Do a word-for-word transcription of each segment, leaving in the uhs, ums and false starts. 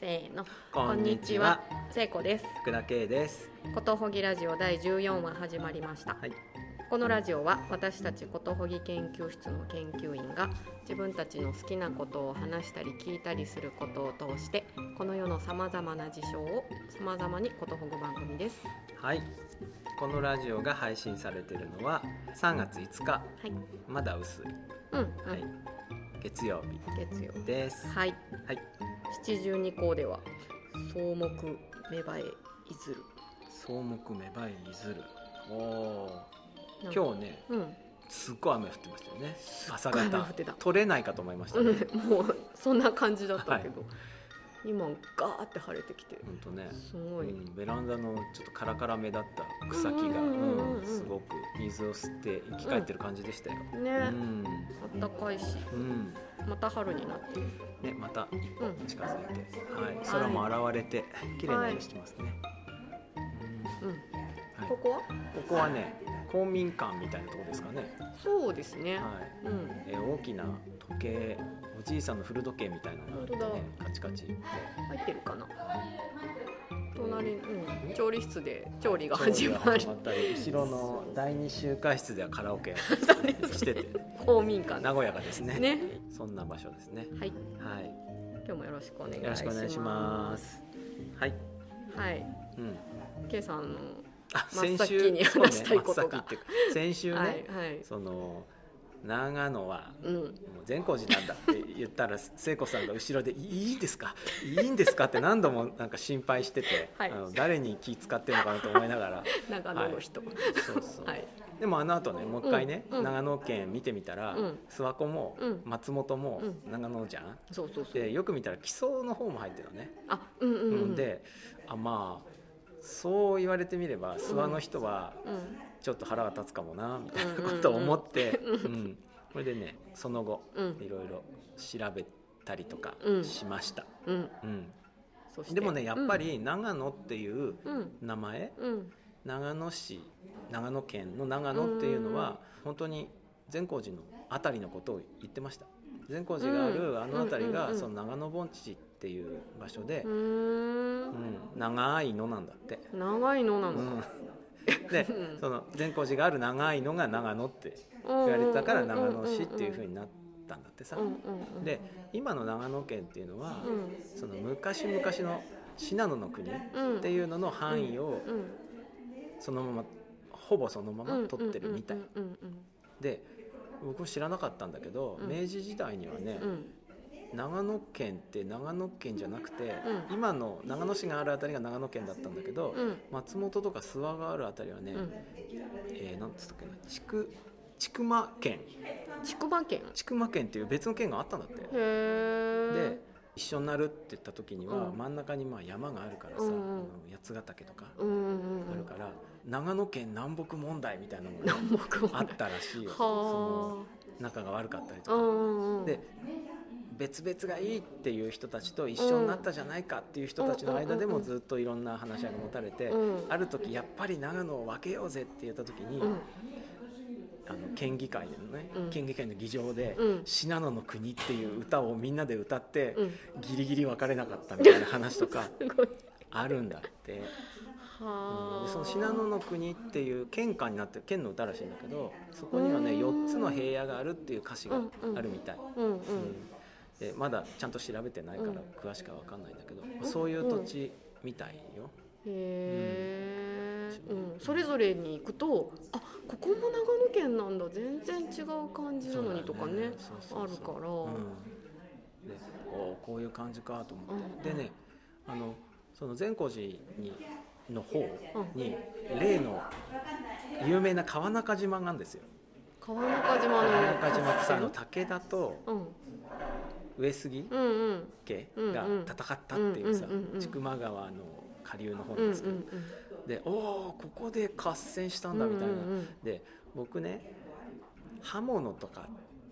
せーの、 こんにちは。 聖子です。 福田圭です。 ことほぎラジオだいじゅうよんわ始まりました、 はい、 このラジオは私たちことほぎ研究室の研究員が自分たちの好きなことを話したり聞いたりすることを通してこの世のさまざまな事象をさまざまにことほぐ番組です。 はい、このラジオが配信されているのはさんがついつか、 はい、 まだ薄い、 うん、うん、 はい、月曜日月曜です。 はい、 はい、 七十二項では草木芽生えいずる、 草木芽生えいずる。おー、今日ね、 うん、 すっごい雨降ってましたよね。朝すっごい雨降方ってた取れないかと思いましたね。 うん、もうそんな感じだったけど、 は今ガーって晴れてきて本当ね、 すごい、 うん、ベランダのちょっとカラカラめだった草木が、 うんうんうんうんうん、すごく水を吸って生き返ってる感じでしたよ。 ね、 うんあったかいし、 うんまた春になってる。 ね、また一歩うん近づいて、はい、空も現れて綺麗な色してますね。 うん、 うんはい、 ここはここはね、公民館みたいなところですかね。 そうですね、 はい、 うんえー大きな時計、おじいさんの古時計みたいなのがあってね、カチカチって入ってるかな。隣、うん、調理室で調理が調理始まるが始まったり、後ろのだいに集会室ではカラオケそうですしてて公民館和やかですね。 ね、 そんな場所ですね。 はい、 はい、 今日もよろしくお願いします。 よろしくお願いします。はい、 はい、 うん、 Kさんのあ真っ先に話したいことが、 そうね、真っ先っていうか先週ね、 はいはい、 その長野はうん、 もう善光寺なんだって言ったら聖子さんが後ろでいいんですかいいんですかって何度もなんか心配してて、 はい、 あの誰に気使ってるのかなと思いながら長野の人、 はい、そうそう、はい、でもあの後ね、もう一回ね、うん、長野県見てみたら、うん、諏訪湖も、うん、松本も長野じゃん、うん、 そうそうそう、 でよく見たら木曽の方も入ってるのね。 あ、うんうんうん、 で、あ、まあそう言われてみれば諏訪の人はちょっと腹が立つかもなみたいなことを思って、うんうん、これでね、その後、うん、いろいろ調べたりとかしました、うんうんうん、でもね、やっぱり長野っていう名前、うん、長野市、長野県の長野っていうのは本当に善光寺のあたりのことを言ってました。善光寺があるあのあたりがその長野盆地っていう場所で、うんうん、長いのなんだって。 長いのなのか、 うん、でその善光寺がある長いのが長野って言われたから長野市っていう風になったんだってさ。で今の長野県っていうのは、うん、その昔々の信濃の国っていうのの範囲をそのままほぼそのまま取ってるみたいで、僕も知らなかったんだけど、うん、明治時代にはね、うん、長野県って長野県じゃなくて、うん、今の長野市があるあたりが長野県だったんだけど、うん、松本とか諏訪があるあたりはね、うん、えー、なんつったっけな、千曲県千曲県千曲県っていう別の県があったんだって。 へで一緒になるって言った時には、うん、真ん中にまあ山があるからさ、うんうん、八ヶ岳とかあるから、長野県南北問題みたいなのがあったらしいよ。その仲が悪かったりとか、うんうん、で別々がいいっていう人たちと一緒になったじゃないかっていう人たちの間でもずっといろんな話し合いが持たれて、うん、ある時やっぱり長野を分けようぜって言った時に、うん、あの県議会でのね、うん、県議会の議場で、うん、信濃の国っていう歌をみんなで歌って、うん、ギリギリ分かれなかったみたいな話とかあるんだっては、うん、でその信濃の国っていう県歌になってる県の歌らしいんだけど、そこにはねよっつの平野があるっていう歌詞があるみたい、うんうんうん、でまだちゃんと調べてないから詳しくは分かんないんだけど、うん、そういう土地みたいよ。 へー、うんうん、それぞれに行くと、あ、ここも長野県なんだ、全然違う感じなのにとか ね, ねそうそうそうあるから、うん、 でおこういう感じかと思って、うん、でね、あのその善光寺にの方に、うん、例の有名な川中島があるんですよ。 川中島の川中島ってさ、あの武田と上杉家が戦ったっていうさ、千曲川の下流の方なんですけど、うんうんうん、でおおここで合戦したんだみたいな、うんうんうん、で僕ね刃物とか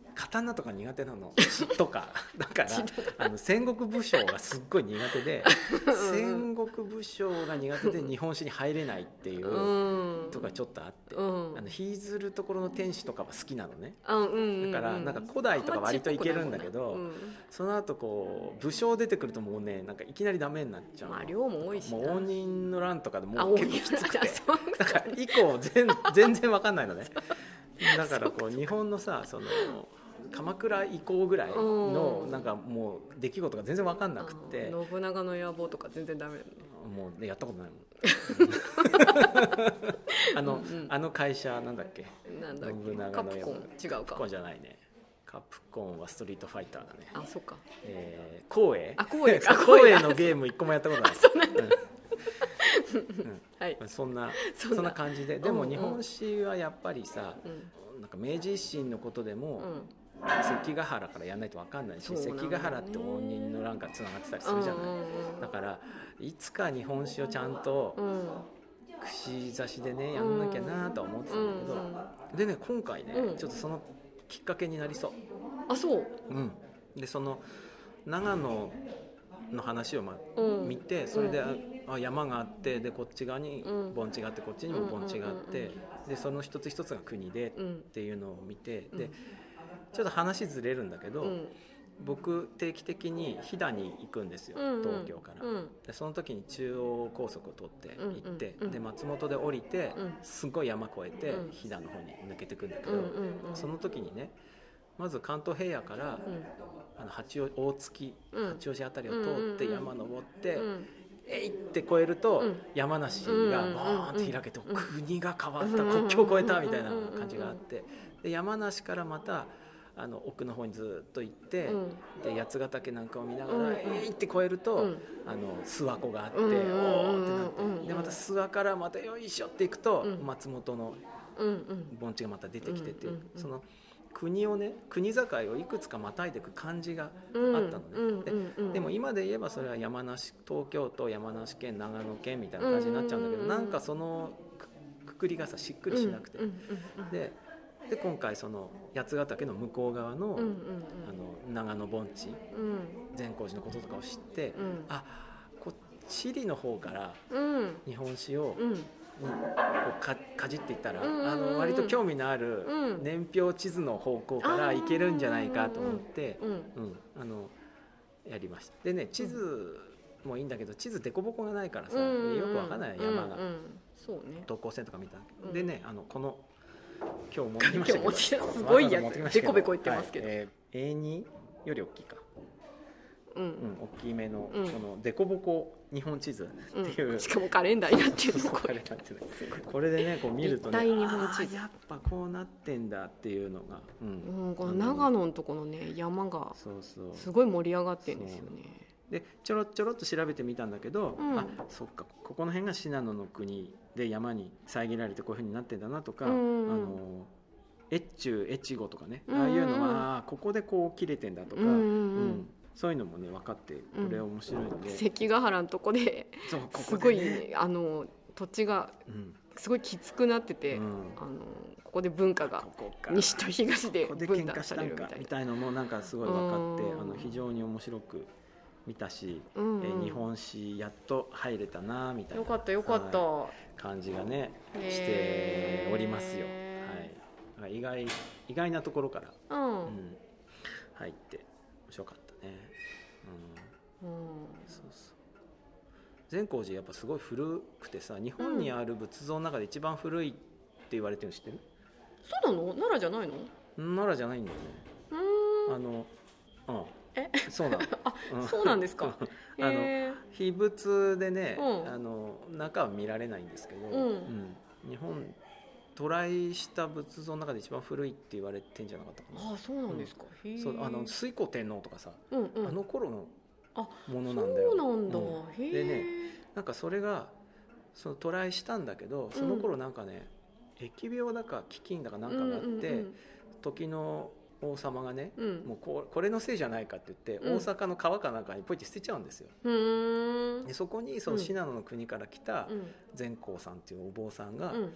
刀とか苦手なのとかだからあの戦国武将がすっごい苦手で戦国武将が苦手で日本史に入れないっていうとかちょっとあって、うん、あのひいずるところの天使とかは好きなのね、うんうんうん、だからなんか古代とか割といけるんだけど、うん、その後こう武将出てくるともうねなんかいきなりダメになっちゃう、 まあ、量も多いしな、 もう応仁の乱とかでもう結構きつくてだから以降全, 全然わかんないのねだからこう日本のさその鎌倉以降ぐらいのなんかもう出来事が全然分かんなくて、 信長の野望とか全然ダメだね、 もう、ね、やったことないもんあの、うんうん、あの会社なんだっけ、 なんだっけ信長の野望、カプコン違うか、カプコンじゃないね、カプコンはストリートファイターだね、 あそっか、 えー、光栄あ光栄光栄のゲーム一個もやったことないそうなんだ、うんはい、そんなそんな感じで、でも日本史はやっぱりさ、うん、なんか明治維新のことでも、うん関ヶ原からやんないと分かんないし、関ヶ原って応仁の乱からつながってたりするじゃない、だからいつか日本史をちゃんと串刺しでねやんなきゃなとは思ってたんだけど、でね今回ねちょっとそのきっかけになりそう。 あそう、 うん、でその長野の話をまあ見て、それであ山があってでこっち側に盆地があってこっちにも盆地があってでその一つ一つが国でっていうのを見て、でちょっと話ずれるんだけど、うん、僕定期的に飛騨に行くんですよ、うんうん、東京から、うん、でその時に中央高速を通って行って、うんうん、で松本で降りて、うん、すごい山越えて、うん、飛騨の方に抜けてくんだけど、うんうんうん、その時にねまず関東平野から、うん、あの八王大月、うん、八王子あたりを通って山登って、うんうんうん、えいって越えると、うん、山梨がバーンって開けて、うん、国が変わった、うん、国境を越えたみたいな感じがあって、で山梨からまたあの奥の方にずっと行って、うん、で八ヶ岳なんかを見ながら、うん、えーって越えると、うん、あの諏訪湖があって、うん、おーってなって、でまた諏訪からまたよいしょっていくと、うん、松本の盆地がまた出てきてて、うん、その国をね国境をいくつかまたいでいく感じがあったのね、で、でも今で言えばそれは山梨東京都山梨県長野県みたいな感じになっちゃうんだけど、なんかそのくくりがさしっくりしなくて、でで今回その八ヶ岳の向こう側の、うんうんうん、あの長野盆地、うん、善光寺のこととかを知って、うん、あこチリの方から日本史を、うん、こう か, かじっていったら、うんうんうん、あの割と興味のある年表地図の方向からいけるんじゃないかと思って、うんうんうん、あのやりました。でね地図もいいんだけど地図デコボコがないからさ、うんうんうん、よくわかんない山が、うんうん、そうね、等高線とか見た、うん、でねあのこの今日持ってきましたけどすごいやつデコベコ言ってますけど、はい、 えー、エーに より大きいか、うんうん、大きめの、 うん、 このデコボコ日本地図っていう、 うん、しかもカレンダーになってるのこれこれでねこう見るとね日本地図あやっぱこうなってんだっていうのが、うんうん、この長野のとこのね山がすごい盛り上がってるんですよね。 でちょろちょろっと調べてみたんだけど、うん、あそっかここの辺が信濃の国で山に遮られてこういう風になってんだなとか、うんうん、あの越中越後とかね、ああいうのは、うん、ここでこう切れてんだとか、うんうんうんうん、そういうのもね分かってこれ面白いので、うん、 関ヶ原のとこですごい、ね、あの土地がすごいきつくなってて、うん、あのここで文化が西と東で分断されるみたいなみたいのもなんかすごい分かって、うん、あの非常に面白く見たし、うんうん、え日本史やっと入れたなみたいなよかったよかった、はい、 感じがねしておりますよ、はい、意外意外なところから、うんうん、入って面白かったね、うんうん、そうそう善光寺やっぱすごい古くてさ日本にある仏像の中で一番古いって言われてるの知ってる？ そうなの？奈良じゃないの？ 奈良じゃないんだよね。うーんあのうんえそうなのあ、そうなんですかあの秘仏でね、うん、あの中は見られないんですけど、うんうん、日本渡来した仏像の中で一番古いって言われてんじゃなかったかな。 あ、そうなんですか、うん、 そうあの推古天皇とかさ、 うんうん、 あの頃のものなんだよ。 そうなんだ、うん、へでねなんかそれがその渡来したんだけどその頃なんかね、うん、疫病だか飢饉だかなんかがあって、うんうんうん、時の王様がね、うん、もう こ, これのせいじゃないかって言って、うん、大阪の川かなんかにポイって捨てちゃうんですよ。うーんでそこにその信濃の国から来た善光さんっていうお坊さんが、うん、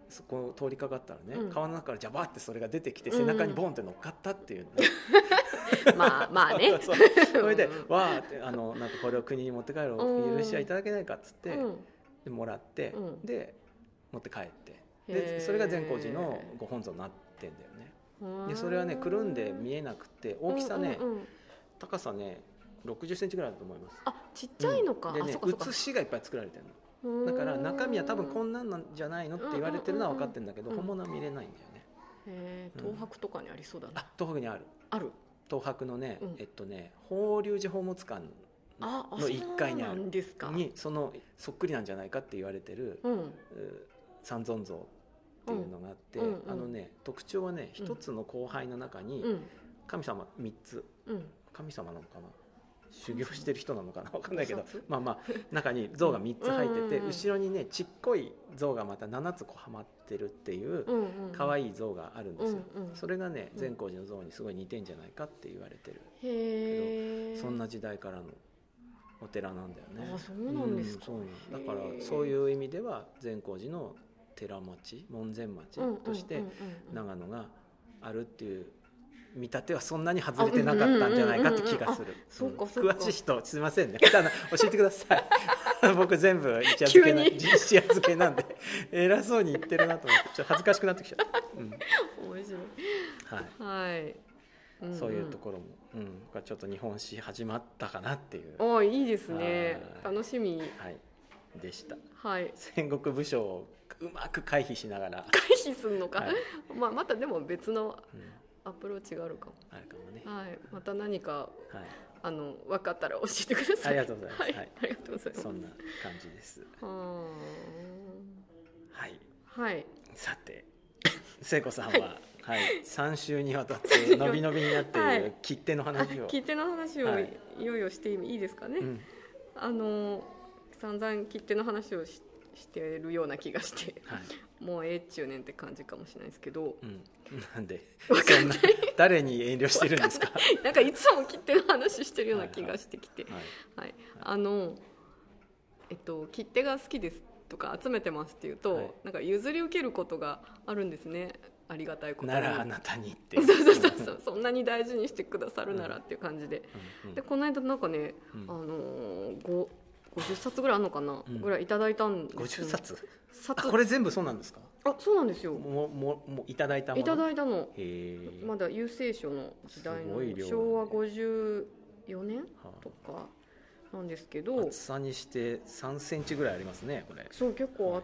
そこを通りかかったらね、 うん、 川の中からジャバーってそれが出てきて背中にボンって乗っかったっていう、ね、 うん、まあまあねそうそれでわーってあのなんかこれを国に持って帰る許しはいただけないかっつって、うん、でもらって、うん、で持って帰ってでそれが善光寺のご本尊になってんだよね。でそれはねくるんで見えなくて大きさね、うんうんうん、高さねろくじゅっセンチぐらいだと思います。 あちっちゃいのか、 うん、でね写しがいっぱい作られてるのだから中身は多分こんなんなんじゃないのって言われてるのは分かってるんだけど、うんうんうん、本物は見れないんだよね。 へー、東博とかにありそうだね、うん、 あ東博にあるある東博のね、うん、えっとね法隆寺宝物館のいっかいにあるにそのそっくりなんじゃないかって言われてる、うん、三尊像っていうのがあって、うんうん、あのね特徴はね一つの光背の中に神様みっつ、うん、神様なのかな修行してる人なのかな分かんないけどまあまあ中に像がみっつ入ってて、うんうん、後ろにねちっこい像がまたななつこうはまってるっていう可愛い像があるんですよ、うんうん、それがね善光寺の像にすごい似てんじゃないかって言われてるけどそんな時代からのお寺なんだよね。 あ、そうなんですか、 うん、そうだからそういう意味では善光寺の寺町門前町として長野があるっていう見立てはそんなに外れてなかったんじゃないかって気がする。詳しい人すいませんね教えてください僕全部一夜漬けな一夜漬けなんで偉そうに言ってるなと思ってちょっと恥ずかしくなってきちゃった、うん、 面白い、 はい、 はいうんうん、 そういうところも、うん、ちょっと日本史始まったかなっていう。 おいいですね楽しみ、 はい、でした、 はい、 戦国武将をうまく回避しながら回避するのか、はいまあ、またでも別の、うんアプローチがあるかも。 あるかもね。 はい、また何か、はい、あの分かったら教えてください。 ありがとうございます。はい、 はい、ありがとうございます。 そんな感じです。ははい。 はい。 さて、聖子さんは、はいはい、さん週にわたってのびのびになっている切手の話を、 はい、切手の話をいよいよしていいですかね。うん、あの散々切手の話をししてるような気がして、はい、もうええっちゅうねんって感じかもしれないですけど、 うん、なんでそんな誰に遠慮してるんですかなんかいつも切手の話してるような気がしてきて、はいはいはい、あのえっと切手が好きですとか集めてますっていうと、はい、なんか譲り受けることがあるんですね。ありがたいことにならあなたにってそうそうそうそうそんなに大事にしてくださるならっていう感じで、うんうん、でこの間なんかね、うん、あのー、ごごじゅっさつぐらいあるのかな、うん、ぐらいいただいたんですよ。 ごじゅっさつこれ全部そうなんですか。 あ、そうなんですよ。 もももいただいたもの。 いただいたの。へまだ郵政省の時代の、ね、しょうわごじゅうよねんとかなんですけど、 厚さにしてさんセンチぐらいありますねこれ。 そう結構あって、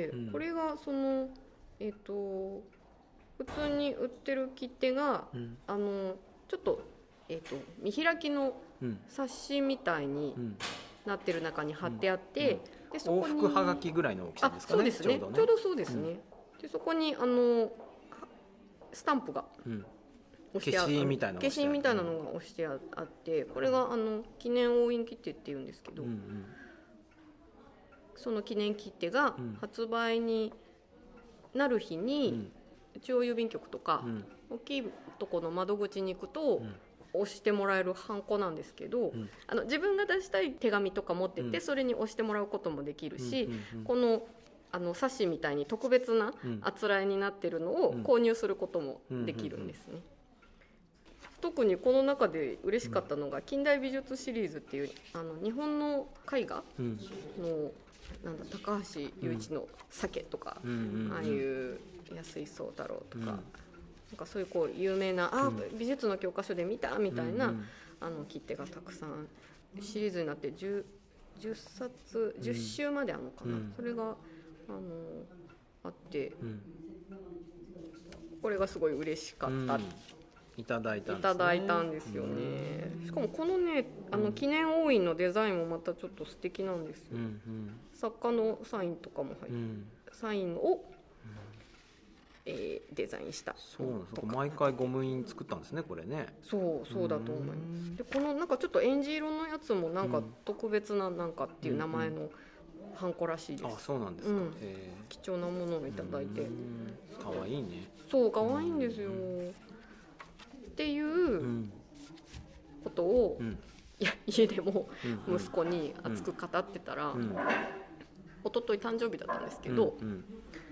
はいうん、これがそのえっ、ー、と普通に売ってる切手が、うん、あのちょっとえっ、ー、と見開きの冊子みたいに。うんうんなってる中に貼ってあって、 うん、でそこに往復はがきぐらいの大きさですかね。 そうですね、ちょうどね、ちょうどそうですね、うん、でそこにあのスタンプが押してあ、うん、消印みたいな消印みたいなのが押してあって、これがあの記念押印切手っていうんですけど、うんうん、その記念切手が発売になる日に、うん、中央郵便局とか、うん、大きいとこの窓口に行くと、うん押してもらえるハンコなんですけど、うん、あの自分が出したい手紙とか持ってて、うん、それに押してもらうこともできるし、うんうんうん、このあの冊子みたいに特別なあつらいになってるのを購入することもできるんですね、うんうんうん、特にこの中で嬉しかったのが近代美術シリーズっていうあの日本の絵画の、うん、なんだ高橋雄一の鮭とか、うんうんうん、ああいう安井壮太郎とか、うんなんかそういうこう有名なあ、うん、美術の教科書で見たみたいな、うんうん、あの切手がたくさんシリーズになって 10, 10冊じゅっ週まであるのかな、うん、それがあのあって、うん、これがすごい嬉しかった、うん、 いただいたんですね。 いただいたんですよね。しかもこのねあの記念押印のデザインもまたちょっと素敵なんですよ、うんうん、作家のサインとかも入って、うん、サインをえー、デザインしたそうなんですか。毎回ゴム印作ったんですねこれね。 そうそうだと思います。でこのなんかちょっとエンジ色のやつもなんか特別ななんかっていう名前のハンコらしいです、うんうん、 あそうなんですか、うん、 貴重なものをいただいてかわいいね。 そうかわいいんですよっていうことを、うん、いや家でも息子に熱く語ってたら、うんうん、一昨日誕生日だったんですけど、うんうん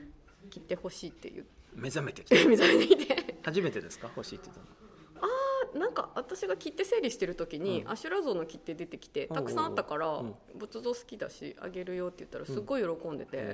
切手欲しいっていう目覚めてきて目覚めてきて初めてですか欲しいって言ったの？ あなんか私が切手整理してる時に、うん、アシュラ像の切手出てきてたくさんあったから、うん、仏像好きだしあげるよって言ったらすごい喜んでて、うん、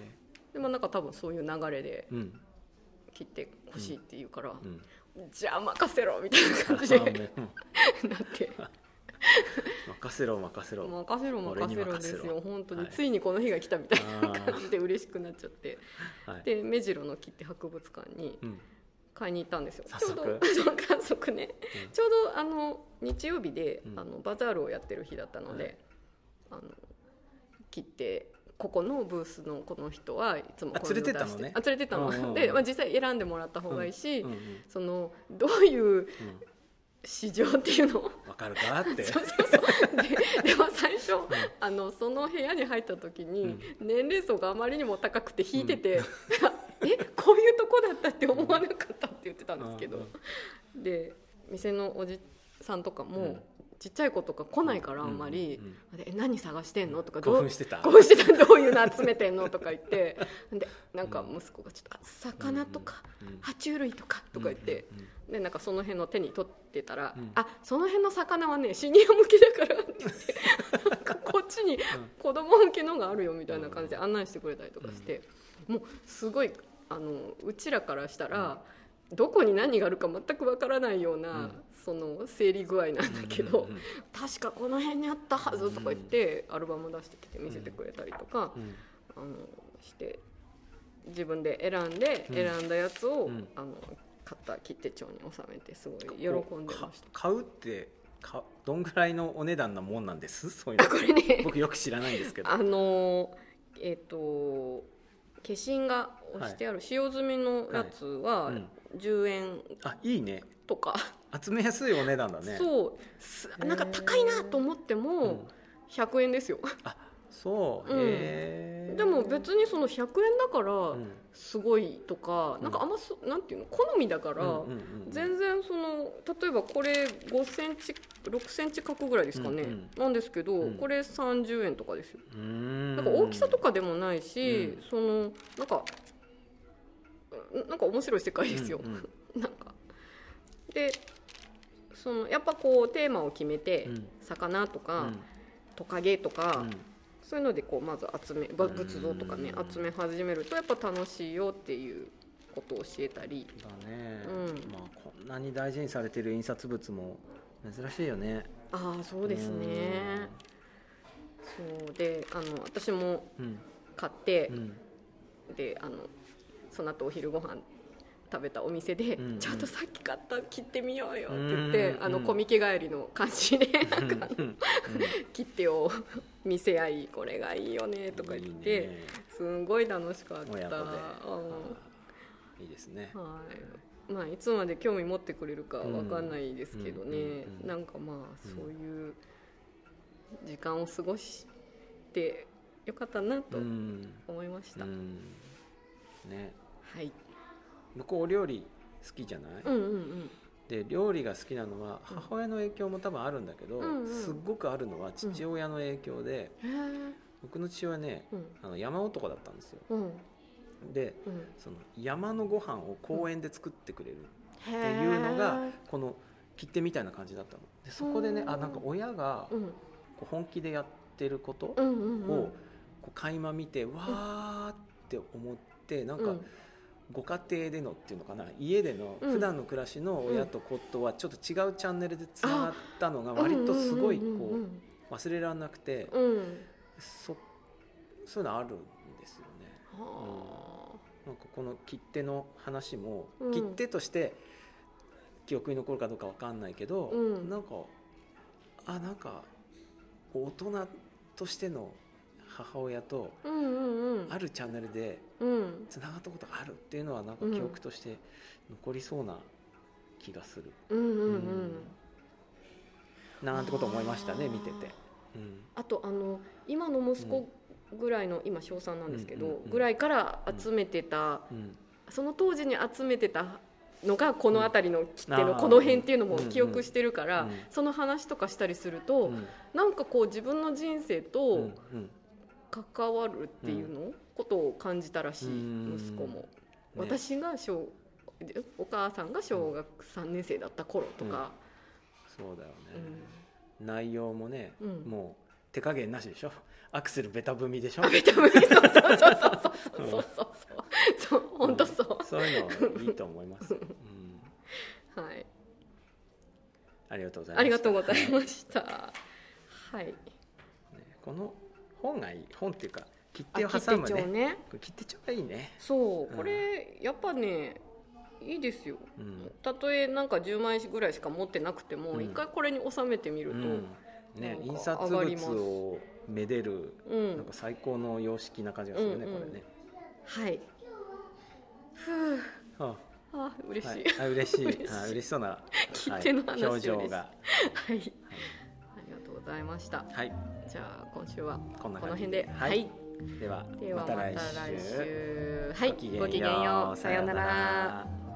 でもなんか多分そういう流れで切手欲しいって言うから、うんうん、じゃあ任せろみたいな感じでなって任せろ任せろ任せろ任せろですよ本当に、はい、ついにこの日が来たみたいな感じで嬉しくなっちゃって、はい、で目白の切手博物館に買いに行ったんですよ、 早速ちょうど早速ね、うん、ちょうどあの日曜日で、うん、あのバザールをやってる日だったので、はい、あの切手ここのブースのこの人はいつもこういうの出して連れてったのねあ連れてったの、うんうんうん、で、まあ、実際選んでもらった方がいいし、 うんうんうん、 そのどういう、うん市場っていうの分かるかってそうそうそうで, でも最初、うん、あのその部屋に入った時に、うん、年齢層があまりにも高くて引いてて、うん、えこういうとこだったって思わなかったって言ってたんですけど、うん、で店のおじさんとかも、うんちっちゃい子とか来ないからあんまり、うんうんうん、でえ何探してんのとか興奮してた興奮してたどういうの集めてんのとか言ってでなんか息子がちょっと魚とか、うんうん、爬虫類とかとか言って、うんうんうん、でなんかその辺の手に取ってたら、うん、あその辺の魚はねシニア向けだからって言ってなんかこっちに子供向けのがあるよみたいな感じで案内してくれたりとかして、うん、もうすごいあのうちらからしたら、うん、どこに何があるか全くわからないような、うんその整理具合なんだけど、うんうんうん、確かこの辺にあったはずとか言ってアルバム出してきて見せてくれたりとか、うんあのして自分で選んで選んだやつを、うん、あの買った切手帳に収めてすごい喜んでました。 買うってかどんぐらいのお値段なもんなんですそういうのこれ、ね、 僕よく知らないんですけどあのえっ、ー、と消印が押してある使用済みのやつはじゅうえん、はいうん、 あいいねとか集めやすいお値段だね。 そうなんか高いなと思ってもひゃくえんですよ、うん、 あそう、うん、へでも別にそのひゃくえんだからすごいとか、うん、なんかあんまなんていうの好みだから、うんうんうんうん、全然その例えばこれごセンチろくセンチ角ぐらいですかね、うんうん、なんですけど、うん、これさんじゅうえんとかですよ。うーんなんか大きさとかでもないし、うん、そのなんかなんか面白い世界ですよ、うんうん、なんかでそのやっぱこうテーマを決めて、うん、魚とか、うん、トカゲとか、うん、そういうのでこうまず集め仏像とかね集め始めるとやっぱ楽しいよっていうことを教えたりだね、うんまあ、こんなに大事にされてる印刷物も珍しいよね。 ああそうですね。そうであの私も買って、うん、であのその後お昼ご飯食べたお店で、うんうん、ちょっとさっき買った切ってみようよって言って、うんうん、あのコミケ帰りの感じでなんかあの切手を見せ合いこれがいいよねとか言っていいね、すんごい楽しかった。親子で、 いいですね。 はい、まあ、いつまで興味持ってくれるかわかんないですけどね、うんうんうん、なんかまあそういう時間を過ごしてよかったなと思いました、うんうんね、 はい。 僕お料理好きじゃない、 うんうんうん、 で料理が好きなのは母親の影響も多分あるんだけど、うんうん、すっごくあるのは父親の影響で、うん、僕の父親ね、うん、あの山男だったんですよ、うん、で、うん、その山のご飯を公園で作ってくれるっていうのがこの切手みたいな感じだったので、そこでねあなんか親がこう本気でやってることをこう垣間見てわーって思ってなんかご家庭でのっていうのかな家での普段の暮らしの親と子とはちょっと違うチャンネルでつながったのが割とすごいこう忘れられなくて、そそういうのあるんですよね、うん、なんかこの切手の話も切手として記憶に残るかどうか分かんないけど、なんかあなんか大人としての母親とあるチャンネルでつながったことがあるっていうのはなんか記憶として残りそうな気がする、うんうんうん、なんてこと思いましたね見てて、うん、あとあの今の息子ぐらいの、うん、今小さんなんですけど、うんうんうん、ぐらいから集めてた、うん、その当時に集めてたのがこの辺りの切手のこの辺っていうのも記憶してるから、うんうん、その話とかしたりすると、うん、なんかこう自分の人生と関わるっていうの、うん、 ことを感じたらしい、息子も、ね、私が小お母さんが小学さんねん生だった頃とか、 うん、そうだよね、うん、内容もね、うん、もう手加減なしでしょ、アクセルベタ踏みでしょ、 ベタ踏み、そうそうそうそうそうそうそう、本当そう、 うん、そういうのいいと思います、うん、はい、ありがとうございました。 ありがとうございましたはい、ね、 この本がいい、本っていうか切手を挟む ね, ね切手帳がいいね。 そう、うん、これやっぱねいいですよ、うん、たとえなんかじゅうまいぐらいしか持ってなくても、うん、一回これに収めてみると、うんね、印刷物をめでる、うん、なんか最高の様式な感じがするね、うんうん、これね。 はい。ふう。はあ、あ嬉しい。 はい、あ嬉しい。嬉しい。あ嬉しそうな、 切手の話、 はい、表情が。はい、はい。ありがとうございました。 はい。 じゃあ今週はこの辺で。 はい。はい、では、 ではまた来週。 また来週はい。ごきげんよう。さようなら。